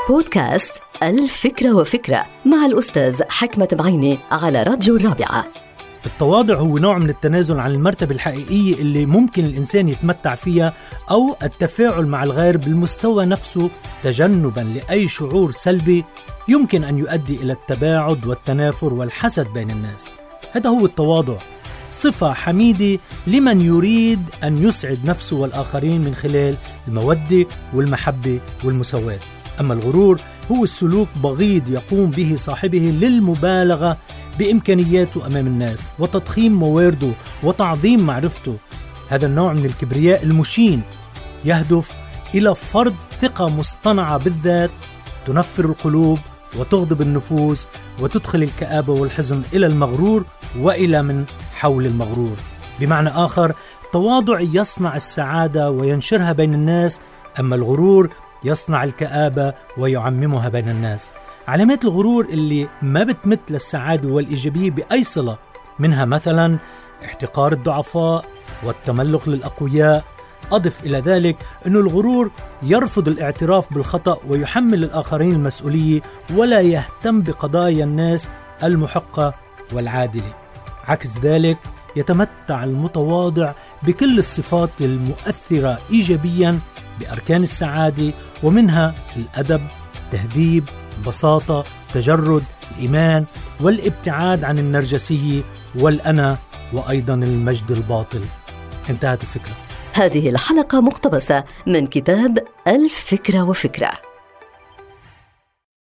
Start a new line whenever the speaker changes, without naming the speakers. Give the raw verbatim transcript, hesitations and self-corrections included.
بودكاست الفكرة وفكرة مع الأستاذ حكمة بعيني على راديو الرابعة.
التواضع هو نوع من التنازل عن المرتبة الحقيقية اللي ممكن الإنسان يتمتع فيها، أو التفاعل مع الغير بالمستوى نفسه تجنباً لأي شعور سلبي يمكن أن يؤدي إلى التباعد والتنافر والحسد بين الناس. هذا هو التواضع، صفة حميدة لمن يريد أن يسعد نفسه والآخرين من خلال المودة والمحبة والمساواة. أما الغرور هو السلوك بغيض يقوم به صاحبه للمبالغة بإمكانياته أمام الناس وتضخيم موارده وتعظيم معرفته. هذا النوع من الكبرياء المشين يهدف إلى فرض ثقة مصطنعة بالذات تنفر القلوب وتغضب النفوس وتدخل الكآبة والحزن إلى المغرور وإلى من حول المغرور. بمعنى آخر، التواضع يصنع السعادة وينشرها بين الناس، أما الغرور يصنع الكآبة ويعممها بين الناس. علامات الغرور اللي ما بتمت للسعادة والإيجابية بأي صلة، منها مثلا احتقار الضعفاء والتملق للأقوياء. أضف إلى ذلك أن الغرور يرفض الاعتراف بالخطأ ويحمل الآخرين المسؤولية ولا يهتم بقضايا الناس المحقة والعادلة. عكس ذلك، يتمتع المتواضع بكل الصفات المؤثرة إيجابيا بأركان السعادة، ومنها الأدب، تهذيب، بساطة، تجرد، الإيمان، والابتعاد عن النرجسية والأنا، وأيضا المجد الباطل. انتهت الفكرة.
هذه الحلقة مقتبسة من كتاب الفكرة وفكرة.